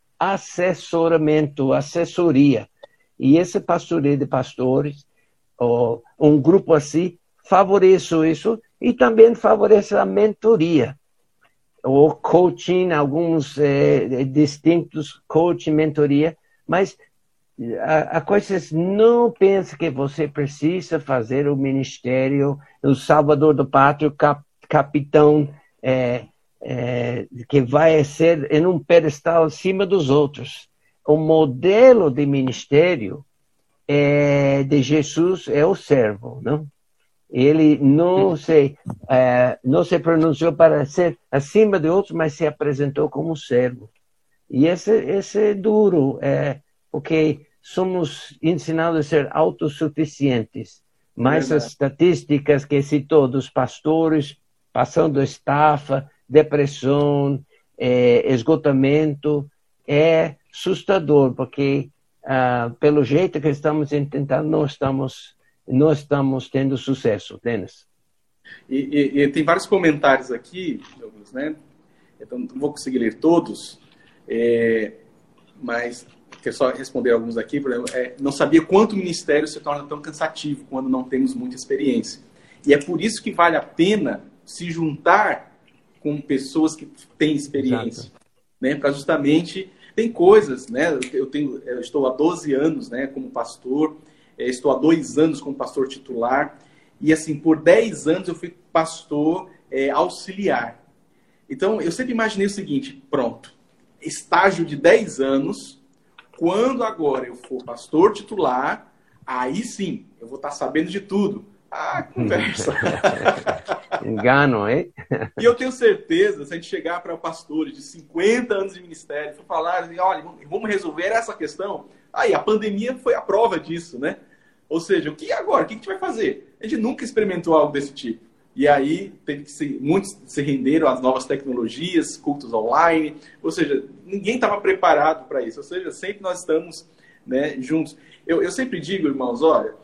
assessoria. E esse pastoreio de pastores, um grupo assim, favorece isso e também favorece a mentoria. Ou coaching, alguns distintos coaching, mentoria, mas a coisa é, não pense que você precisa fazer o ministério, o salvador do pátrio, capitão, que vai ser em um pedestal acima dos outros. o modelo de ministério de Jesus é o servo, não? Ele não se pronunciou para ser acima de outros, mas se apresentou como servo. E esse é duro, porque somos ensinados a ser autossuficientes. Mas as estatísticas que citou dos pastores, passando estafa, depressão, esgotamento, é assustador, porque pelo jeito que estamos tentando, não estamos tendo sucesso, Denis. E tem vários comentários aqui, Douglas, né? Então não vou conseguir ler todos, mas quero só responder alguns aqui. Por exemplo, não sabia quanto o ministério se torna tão cansativo quando não temos muita experiência. E é por isso que vale a pena se juntar com pessoas que têm experiência, né? Para justamente... Tem coisas, né? Eu estou há 12 anos, né, como pastor, estou há 2 anos como pastor titular, e assim, por 10 anos eu fui pastor auxiliar. Então, eu sempre imaginei o seguinte: pronto, estágio de 10 anos, quando agora eu for pastor titular, aí sim, eu vou estar sabendo de tudo. Conversa. Engano, hein? E eu tenho certeza, se a gente chegar para pastores de 50 anos de ministério e falar, olha, vamos resolver essa questão, aí a pandemia foi a prova disso, né? Ou seja, o que agora? O que a gente vai fazer? A gente nunca experimentou algo desse tipo. E aí muitos se renderam às novas tecnologias, cultos online, ou seja, ninguém estava preparado para isso. Ou seja, sempre nós estamos, né, juntos. Eu sempre digo, irmãos, olha,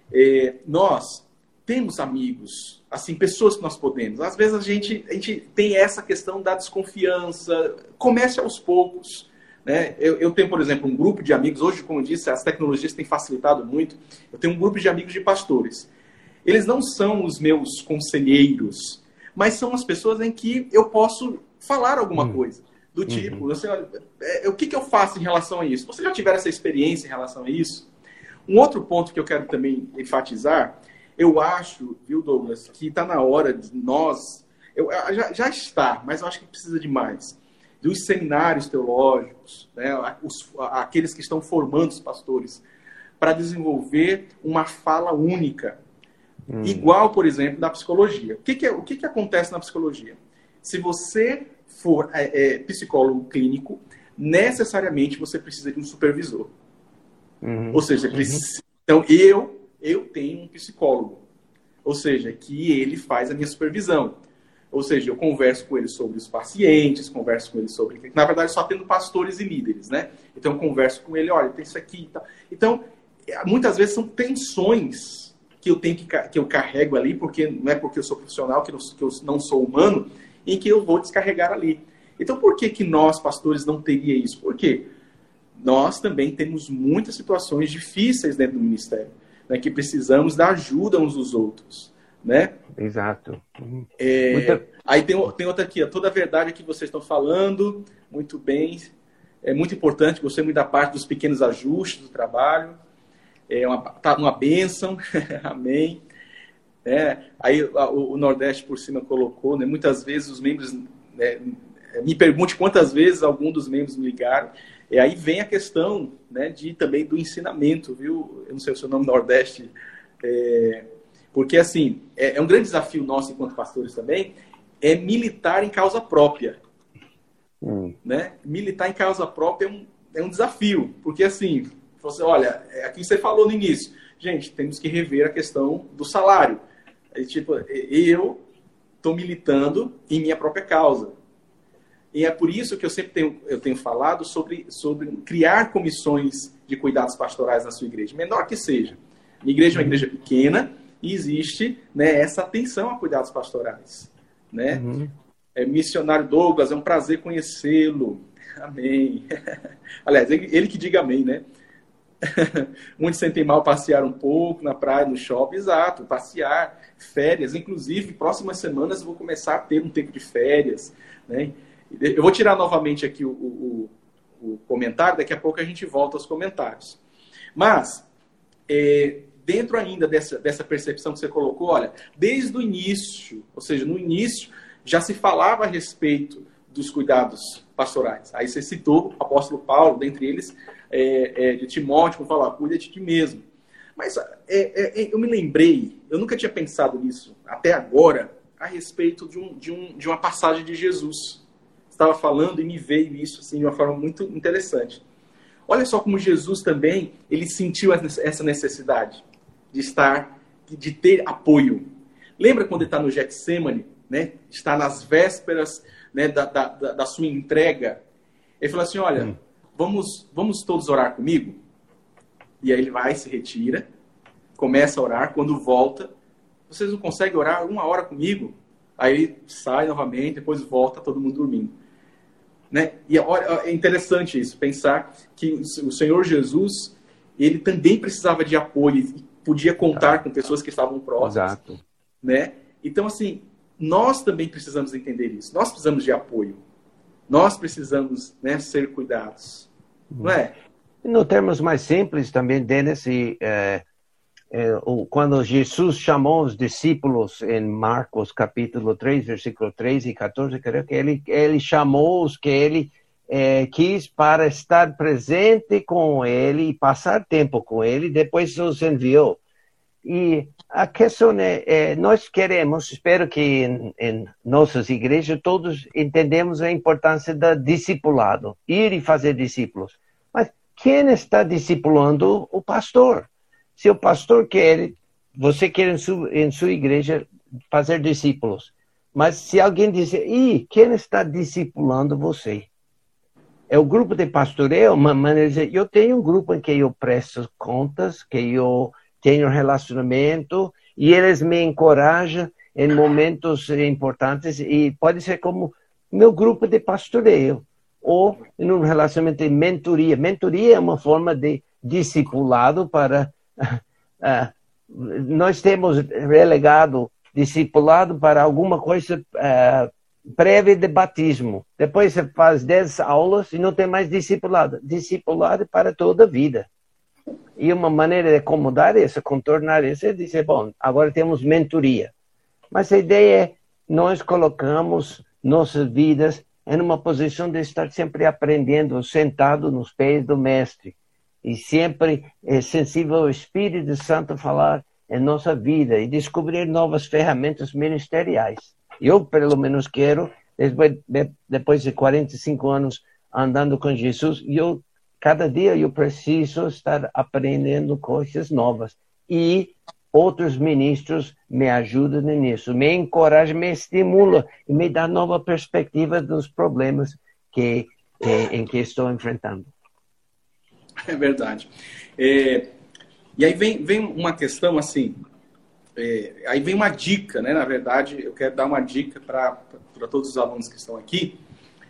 nós temos amigos, assim, pessoas que nós podemos. Às vezes a gente tem essa questão da desconfiança. Comece aos poucos, né? Eu tenho, por exemplo, um grupo de amigos. Hoje, como eu disse, as tecnologias têm facilitado muito. Eu tenho um grupo de amigos de pastores. Eles não são os meus conselheiros, mas são as pessoas em que eu posso falar alguma coisa. Do tipo, assim, olha, o que eu faço em relação a isso? Você já tiver essa experiência em relação a isso? Um outro ponto que eu quero também enfatizar, eu acho, viu, Douglas, que está na hora de nós, já está, mas eu acho que precisa de mais, dos seminários teológicos, né, aqueles que estão formando os pastores, para desenvolver uma fala única, igual, por exemplo, da psicologia. O que acontece na psicologia? Se você for psicólogo clínico, necessariamente você precisa de um supervisor. Ou seja, então eu tenho um psicólogo, ou seja, que ele faz a minha supervisão. Ou seja, eu converso com ele sobre os pacientes, converso com ele sobre... Na verdade, só tendo pastores e líderes, né? Então, eu converso com ele, olha, tem isso aqui e tal. Então, muitas vezes são tensões que eu carrego ali, porque não é porque eu sou profissional, que eu não sou humano, em que eu vou descarregar ali. Então, por que nós, pastores, não teria isso? Por quê? Nós também temos muitas situações difíceis dentro do ministério, né, que precisamos da ajuda uns dos outros, né? Exato. Aí tem outra aqui, toda a verdade que vocês estão falando, muito bem, é muito importante, gostei muito da parte dos pequenos ajustes do trabalho, tá uma bênção, amém. Aí o Nordeste por cima colocou, né, muitas vezes os membros, me pergunte quantas vezes algum dos membros me ligaram. E aí vem a questão, né, também do ensinamento, viu? Eu não sei o seu nome, Nordeste, porque assim, é um grande desafio nosso enquanto pastores também, militar em causa própria. Né? Militar em causa própria é um desafio, porque assim, você, olha, aqui você falou no início, gente, temos que rever a questão do salário. Tipo, eu estou militando em minha própria causa. E é por isso que eu sempre tenho falado sobre criar comissões de cuidados pastorais na sua igreja, menor que seja. Minha igreja é uma igreja pequena e existe, né, essa atenção a cuidados pastorais. Né? Missionário Douglas, é um prazer conhecê-lo. Amém. Aliás, ele que diga amém, né? Muitos sentem mal passear um pouco na praia, no shopping. Exato, passear, férias. Inclusive, próximas semanas eu vou começar a ter um tempo de férias, né? Eu vou tirar novamente aqui o comentário, daqui a pouco a gente volta aos comentários. Mas, dentro ainda dessa percepção que você colocou, olha, desde o início, ou seja, no início, já se falava a respeito dos cuidados pastorais. Aí você citou o apóstolo Paulo, dentre eles, de Timóteo, para falar, cuida de ti mesmo. Mas eu me lembrei, eu nunca tinha pensado nisso até agora, a respeito de uma passagem de Jesus. Estava falando e me veio isso assim, de uma forma muito interessante. Olha só como Jesus também, ele sentiu essa necessidade de ter apoio. Lembra quando ele está no Getsêmani, né? Está nas vésperas, né, da sua entrega? Ele falou assim, olha, vamos todos orar comigo? E aí ele vai, se retira, começa a orar, quando volta, vocês não conseguem orar 1 hora comigo? Aí ele sai novamente, depois volta, todo mundo dormindo. Né? E é interessante isso, pensar que o Senhor Jesus, ele também precisava de apoio, e podia contar com pessoas que estavam próximas. Exato. Né? Então, assim, nós também precisamos entender isso. Nós precisamos de apoio. Nós precisamos, né, ser cuidados. Não é? No termos mais simples também, Denis, quando Jesus chamou os discípulos em Marcos capítulo 3, versículo 13 e 14, creio que ele chamou os que ele quis para estar presente com ele e passar tempo com ele, depois os enviou. E a questão nós queremos, espero que em nossas igrejas todos entendemos a importância do discipulado, ir e fazer discípulos. Mas quem está discipulando o pastor? Se o pastor quer, você quer em sua igreja fazer discípulos, mas se alguém dizer, quem está discipulando você? É o grupo de pastoreio, uma maneira de dizer, eu tenho um grupo em que eu presto contas, que eu tenho relacionamento, e eles me encorajam em momentos importantes, e pode ser como meu grupo de pastoreio, ou em um relacionamento de mentoria. Mentoria é uma forma de discipulado para... nós temos relegado discipulado para alguma coisa prévia de batismo. Depois você faz 10 aulas e não tem mais discipulado. Discipulado para toda a vida. E uma maneira de acomodar isso, contornar isso, é dizer, bom, agora temos mentoria. Mas a ideia é, nós colocamos nossas vidas em uma posição de estar sempre aprendendo, sentado nos pés do mestre. E sempre sensível ao Espírito Santo falar em nossa vida e descobrir novas ferramentas ministeriais. Eu, pelo menos, quero, depois de 45 anos andando com Jesus, cada dia eu preciso estar aprendendo coisas novas. E outros ministros me ajudam nisso, me encorajam, me estimulam e me dão nova perspectiva dos problemas em que estou enfrentando. É verdade. E aí vem uma questão assim, aí vem uma dica, né? Na verdade, eu quero dar uma dica para todos os alunos que estão aqui.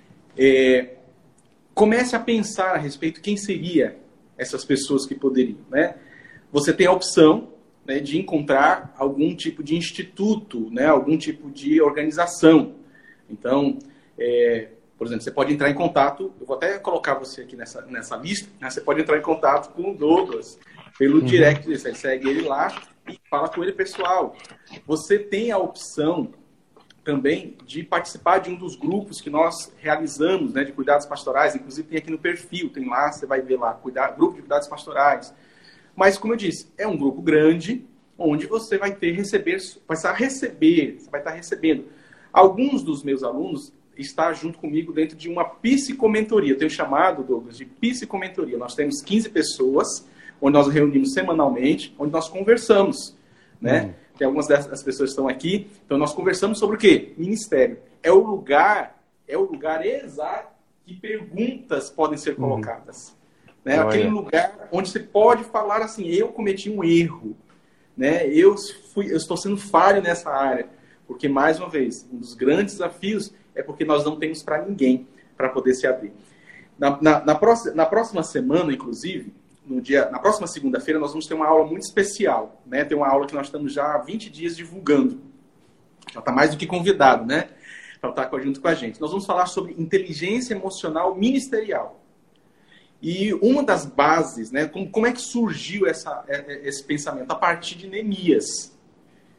Comece a pensar a respeito de quem seria essas pessoas que poderiam, né? Você tem a opção, né, de encontrar algum tipo de instituto, né, algum tipo de organização. Então, por exemplo, você pode entrar em contato, eu vou até colocar você aqui nessa lista, né? Você pode entrar em contato com o Douglas pelo direct, você segue ele lá e fala com ele pessoal. Você tem a opção também de participar de um dos grupos que nós realizamos, né, de cuidados pastorais, inclusive tem aqui no perfil, tem lá, você vai ver lá, grupo de cuidados pastorais. Mas, como eu disse, é um grupo grande, onde você vai estar recebendo. Alguns dos meus alunos está junto comigo dentro de uma psicomentoria. Eu tenho chamado, Douglas, de psicomentoria. Nós temos 15 pessoas, onde nós reunimos semanalmente, onde nós conversamos, né? Tem algumas dessas pessoas que estão aqui. Então, nós conversamos sobre o quê? Ministério. É o lugar exato que perguntas podem ser colocadas. Né? Aquele lugar onde você pode falar assim, eu cometi um erro, né? Eu estou sendo falho nessa área. Porque, mais uma vez, um dos grandes desafios é porque nós não temos para ninguém para poder se abrir. Na próxima semana, inclusive, na próxima segunda-feira, nós vamos ter uma aula muito especial. Né? Tem uma aula que nós estamos já há 20 dias divulgando. Já está mais do que convidado, né? Para estar junto com a gente. Nós vamos falar sobre inteligência emocional ministerial. E uma das bases, né? Como é que surgiu esse pensamento? A partir de Neemias.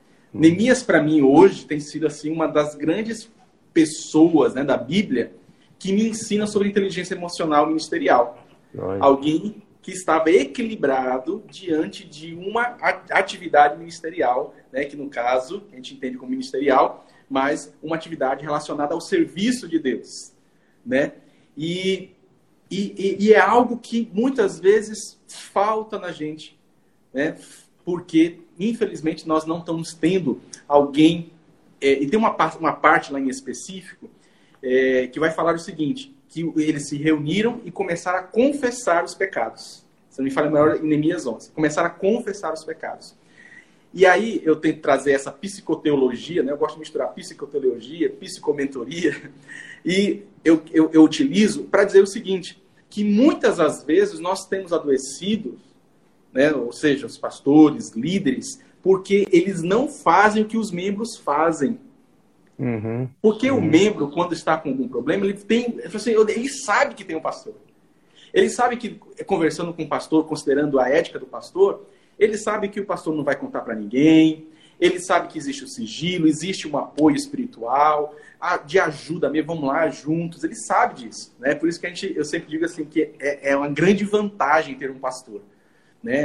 Neemias, para mim, hoje, tem sido assim, uma das grandes pessoas, né, da Bíblia que me ensina sobre inteligência emocional ministerial. Oi. Alguém que estava equilibrado diante de uma atividade ministerial, né, que no caso a gente entende como ministerial, mas uma atividade relacionada ao serviço de Deus, né? E é algo que muitas vezes falta na gente, né? Porque infelizmente nós não estamos tendo alguém, e tem uma parte lá em específico que vai falar o seguinte, que eles se reuniram e começaram a confessar os pecados. Se não me falha melhor, em Neemias 11. Começaram a confessar os pecados. E aí eu tento trazer essa psicoteologia, né? Eu gosto de misturar psicoteologia, psicomentoria, e eu utilizo para dizer o seguinte, que muitas das vezes nós temos adoecidos, né? Ou seja, os pastores, líderes, porque eles não fazem o que os membros fazem. Uhum. Porque o membro, quando está com algum problema, ele sabe que tem um pastor. Ele sabe que, conversando com o pastor, considerando a ética do pastor, ele sabe que o pastor não vai contar para ninguém, ele sabe que existe o sigilo, existe um apoio espiritual, de ajuda mesmo, vamos lá, juntos, ele sabe disso, né? Por isso que eu sempre digo assim, que é uma grande vantagem ter um pastor. Né?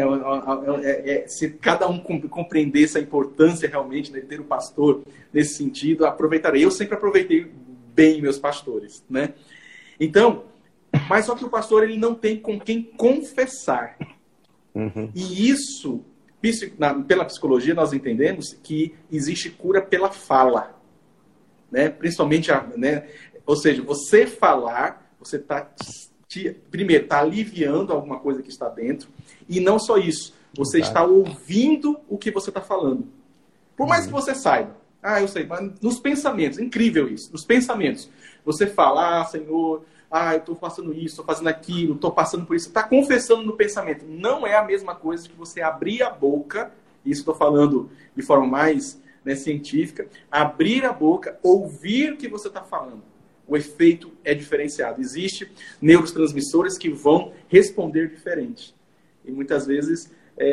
Se cada um compreendesse a importância realmente de ter um pastor nesse sentido, aproveitarei. Eu sempre aproveitei bem meus pastores, né? Então, mas só que o pastor ele não tem com quem confessar. Uhum. E isso, pela psicologia, nós entendemos que existe cura pela fala, né? Principalmente, né? Ou seja, você falar, você primeiro está aliviando alguma coisa que está dentro. E não só isso, você está ouvindo o que você está falando. Por mais que você saiba. Eu sei, mas nos pensamentos, incrível isso. Nos pensamentos, você fala, Senhor, eu estou passando isso, estou fazendo aquilo, estou passando por isso. Você está confessando no pensamento. Não é a mesma coisa que você abrir a boca, isso estou falando de forma mais, né, científica, abrir a boca, ouvir o que você está falando. O efeito é diferenciado. Existem neurotransmissores que vão responder diferente. E muitas vezes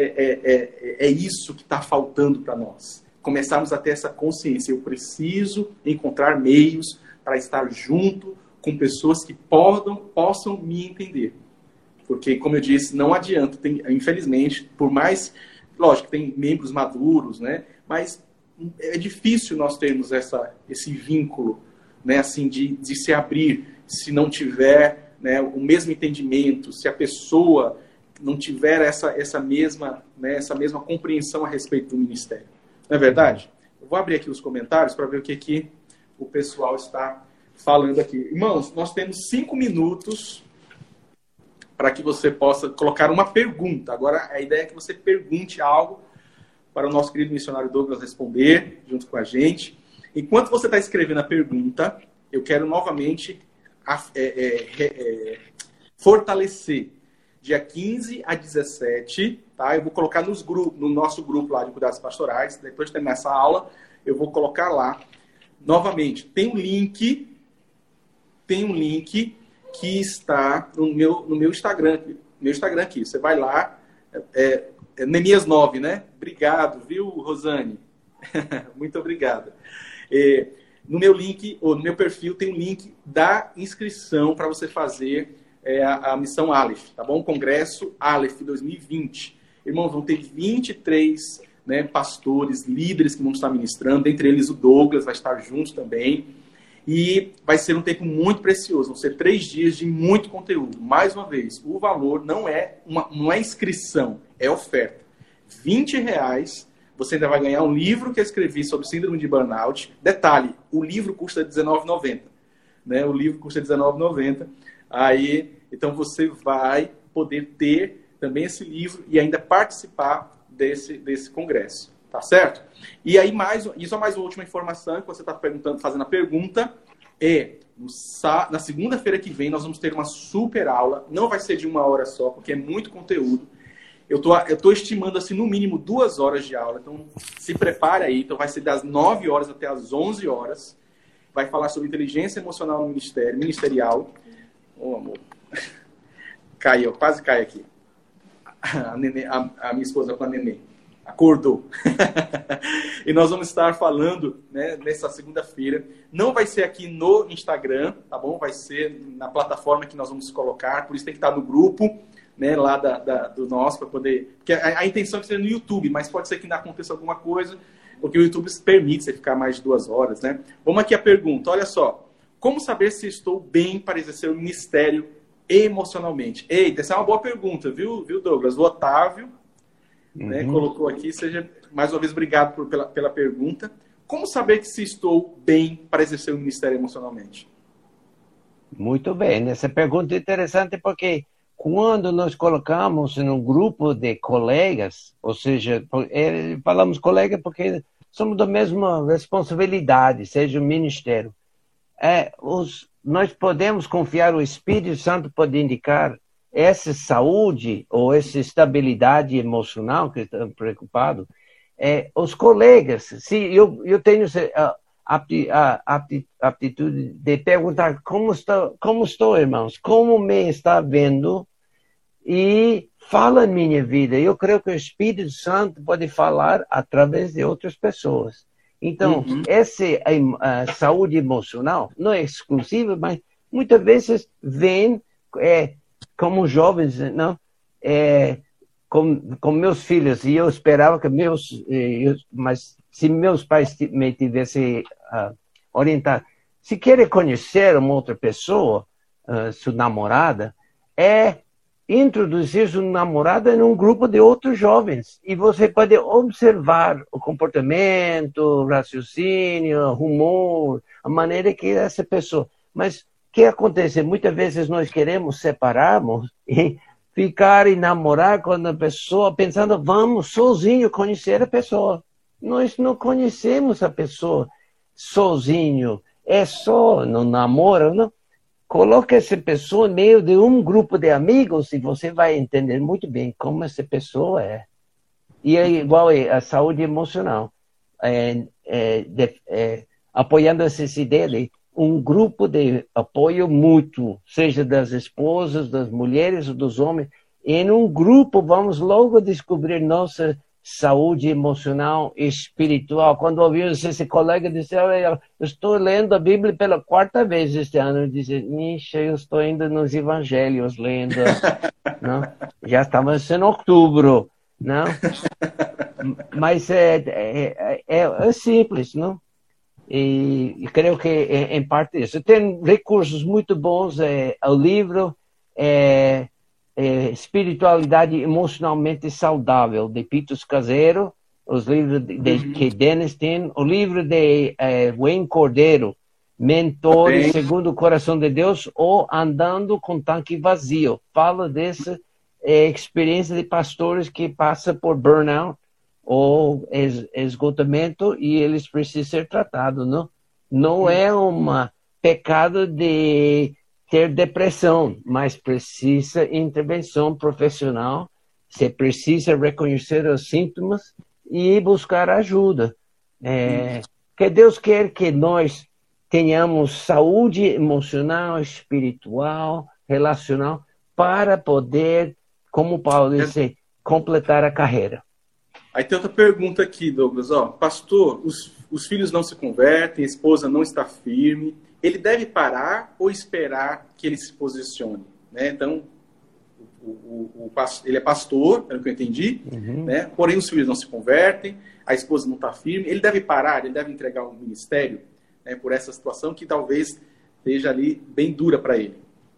é isso que está faltando para nós. Começarmos a ter essa consciência. Eu preciso encontrar meios para estar junto com pessoas que possam me entender. Porque, como eu disse, não adianta. Infelizmente, por mais... Lógico, tem membros maduros, né? Mas é difícil nós termos esse vínculo, né? Assim, de se abrir, se não tiver, né, o mesmo entendimento, se a pessoa não tiver essa mesma compreensão a respeito do ministério. Não é verdade? Eu vou abrir aqui os comentários para ver o que o pessoal está falando aqui. Irmãos, nós temos 5 minutos para que você possa colocar uma pergunta. Agora, a ideia é que você pergunte algo para o nosso querido missionário Douglas responder junto com a gente. Enquanto você está escrevendo a pergunta, eu quero novamente fortalecer. Dia 15 a 17, tá? Eu vou colocar no nosso grupo lá de cuidados pastorais. Depois de terminar essa aula, eu vou colocar lá. Novamente, tem um link que está no meu Instagram. Meu Instagram aqui. Você vai lá, Neemias 9, né? Obrigado, viu, Rosane? Muito obrigado. No meu link, ou no meu perfil, tem um link da inscrição para você fazer a missão Aleph, tá bom? Congresso Aleph 2020. Irmãos, vão ter 23, né, pastores, líderes que vão estar ministrando, entre eles o Douglas vai estar junto também. E vai ser um tempo muito precioso, vão ser 3 dias de muito conteúdo. Mais uma vez, o valor não é inscrição, é oferta. R$20, você ainda vai ganhar um livro que eu escrevi sobre síndrome de burnout. Detalhe, o livro custa R$19,90. Né? O livro custa R$19,90. Aí, então você vai poder ter também esse livro e ainda participar desse congresso, tá certo? E aí, só mais uma última informação que você está fazendo a pergunta, na segunda-feira que vem nós vamos ter uma super aula, não vai ser de 1 hora só, porque é muito conteúdo. Eu tô estimando assim, no mínimo 2 horas de aula, então se prepare aí, então vai ser das 9 horas até as 11 horas, vai falar sobre inteligência emocional no ministerial. Oh, amor. Caiu, quase cai aqui. A minha esposa com a neném. Acordou. E nós vamos estar falando, né, nessa segunda-feira. Não vai ser aqui no Instagram, tá bom? Vai ser na plataforma que nós vamos colocar. Por isso tem que estar no grupo, né, lá do nosso, para poder... Porque a intenção é que seja no YouTube, mas pode ser que ainda aconteça alguma coisa, porque o YouTube permite você ficar mais de 2 horas, né? Vamos aqui a pergunta. Olha só. Como saber se estou bem para exercer o ministério emocionalmente? Eita, essa é uma boa pergunta, viu Douglas? O Otávio... né, colocou aqui, seja mais uma vez obrigado pela pergunta. Como saber que se estou bem para exercer o ministério emocionalmente? Muito bem, essa pergunta é interessante porque quando nós colocamos em um grupo de colegas, ou seja, falamos colega porque somos da mesma responsabilidade, seja o ministério, nós podemos confiar, o Espírito Santo pode indicar essa saúde ou essa estabilidade emocional que estão preocupados. Os colegas, se eu tenho a aptitude de perguntar como estou, irmãos, como me está vendo, e fala em minha vida. Eu creio que o Espírito Santo pode falar através de outras pessoas. Então, essa saúde emocional não é exclusiva, mas muitas vezes vem como jovens, não? Com meus filhos, e eu esperava que mas se meus pais me tivessem orientado, se querem conhecer uma outra pessoa, sua namorada, introduzir sua namorada em um grupo de outros jovens, e você pode observar o comportamento, o raciocínio, o humor, a maneira que essa pessoa... Mas o que acontece? Muitas vezes nós queremos separarmos e ficar e namorar com a pessoa pensando, vamos sozinho conhecer a pessoa. Nós não conhecemos a pessoa sozinho. É só no namoro, não? Coloque essa pessoa no meio de um grupo de amigos e você vai entender muito bem como essa pessoa é. E é igual a saúde emocional. Apoiando essa ideia de um grupo de apoio mútuo, seja das esposas, das mulheres ou dos homens. Em um grupo vamos logo descobrir nossa saúde emocional e espiritual. Quando ouvimos esse colega dizer, eu estou lendo a Bíblia pela 4ª vez este ano, eu disse, eu estou ainda nos evangelhos lendo, não? Já estamos em outubro, não? Mas é simples, não? E creio que em parte isso. Tem recursos muito bons, o livro Espiritualidade Emocionalmente Saudável, de Pitos Caseiro, os livros que Dennis tem, o livro de Wayne Cordeiro, Mentores Segundo o Coração de Deus, ou Andando com Tanque Vazio. Fala dessa experiência de pastores que passam por burnout ou esgotamento e eles precisam ser tratados, não? Não é um pecado de ter depressão, mas precisa intervenção profissional, você precisa reconhecer os sintomas e buscar ajuda. Que Deus quer que nós tenhamos saúde emocional, espiritual, relacional, para poder, como Paulo disse, completar a carreira. Aí tem outra pergunta aqui, Douglas. Pastor, os filhos não se convertem, a esposa não está firme. Ele deve parar ou esperar que ele se posicione? Né? Então, ele é pastor, pelo que eu entendi, né? Porém os filhos não se convertem, a esposa não está firme. Ele deve parar, ele deve entregar o ministério, né, por essa situação que talvez esteja ali bem dura para ele.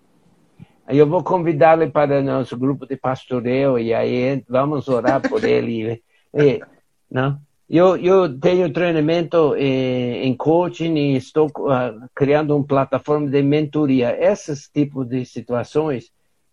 Eu vou convidá-lo para o nosso grupo de pastoreio e aí vamos orar por ele. Não? Eu tenho treinamento em coaching e estou criando uma plataforma de mentoria. Esses tipos de situações,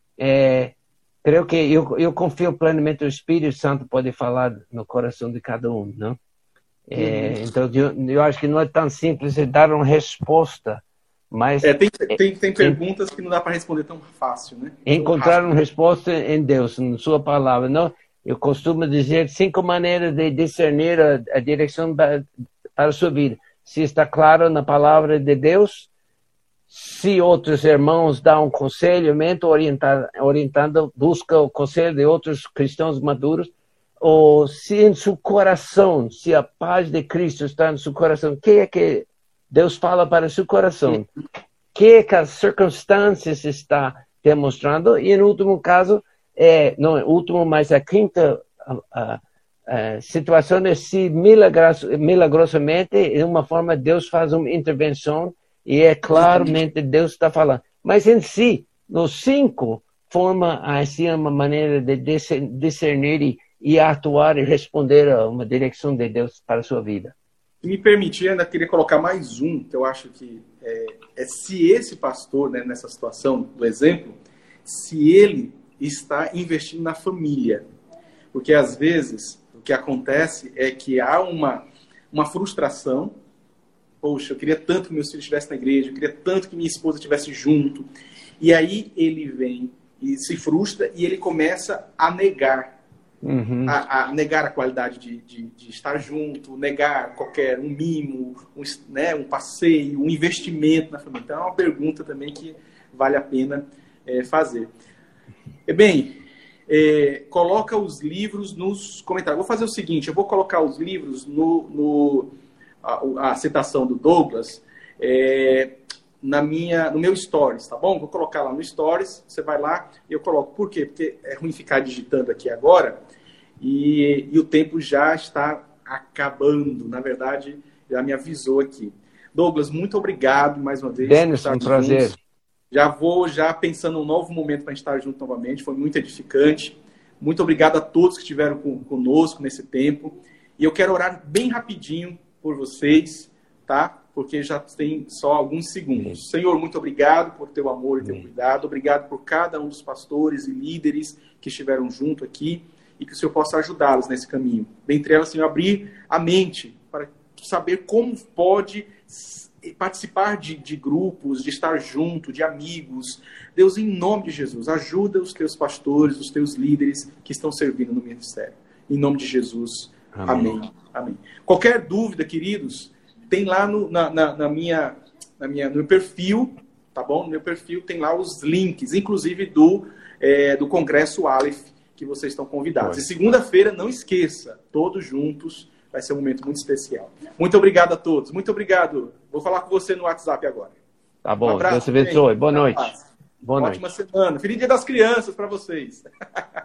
creio que eu confio plenamente no Espírito Santo pode falar no coração de cada um, não? Então, eu acho que não é tão simples dar uma resposta, mas... Tem perguntas que não dá para responder tão fácil, né? Encontrar uma resposta em Deus, na sua palavra, não? Eu costumo dizer 5 maneiras de discernir a direção para a sua vida. Se está claro na palavra de Deus, se outros irmãos dão um conselho, orientando, busca o conselho de outros cristãos maduros, ou se em seu coração, se a paz de Cristo está no seu coração, o que é que Deus fala para o seu coração? O que é que as circunstâncias está demonstrando? E, no último caso, não é último, mas a quinta situação é se milagrosamente, de uma forma, Deus faz uma intervenção e claramente Deus está falando. Mas em si, nos 5, forma assim uma maneira de discernir e atuar e responder a uma direção de Deus para a sua vida. Se me permitir, ainda queria colocar mais um, que eu acho que se esse pastor, né, nessa situação do exemplo, se ele está investindo na família. Porque às vezes o que acontece é que há uma frustração. Poxa, eu queria tanto que meus filhos estivessem na igreja, eu queria tanto que minha esposa estivesse junto. E aí ele vem e se frustra e ele começa a negar. A negar a qualidade de estar junto, negar qualquer um mimo, um passeio, um investimento na família. Então é uma pergunta também que vale a pena fazer. Coloca os livros nos comentários. Vou fazer o seguinte, eu vou colocar os livros a citação do Douglas no meu Stories, tá bom? Vou colocar lá no Stories, você vai lá e eu coloco. Por quê? Porque é ruim ficar digitando aqui agora e o tempo já está acabando. Na verdade, já me avisou aqui. Douglas, muito obrigado mais uma vez. Denis, um prazer. Juntos. Já vou pensando um novo momento para estar junto novamente. Foi muito edificante. Muito obrigado a todos que estiveram conosco nesse tempo. E eu quero orar bem rapidinho por vocês, tá? Porque já tem só alguns segundos. Senhor, muito obrigado por teu amor e teu cuidado. Obrigado por cada um dos pastores e líderes que estiveram junto aqui e que o Senhor possa ajudá-los nesse caminho. Dentre elas, Senhor, abrir a mente para saber como pode participar de grupos, de estar junto, de amigos. Deus, em nome de Jesus, ajuda os teus pastores, os teus líderes que estão servindo no ministério. Em nome de Jesus. Amém. Amém. Qualquer dúvida, queridos, tem lá no meu perfil, tá bom? No meu perfil tem lá os links, inclusive do Congresso Aleph, que vocês estão convidados. E segunda-feira, não esqueça, todos juntos, vai ser um momento muito especial. Muito obrigado a todos. Muito obrigado. Vou falar com você no WhatsApp agora. Tá bom. Um abraço, Deus te abençoe. Boa noite. Boa noite. Ótima semana. Feliz Dia das Crianças para vocês.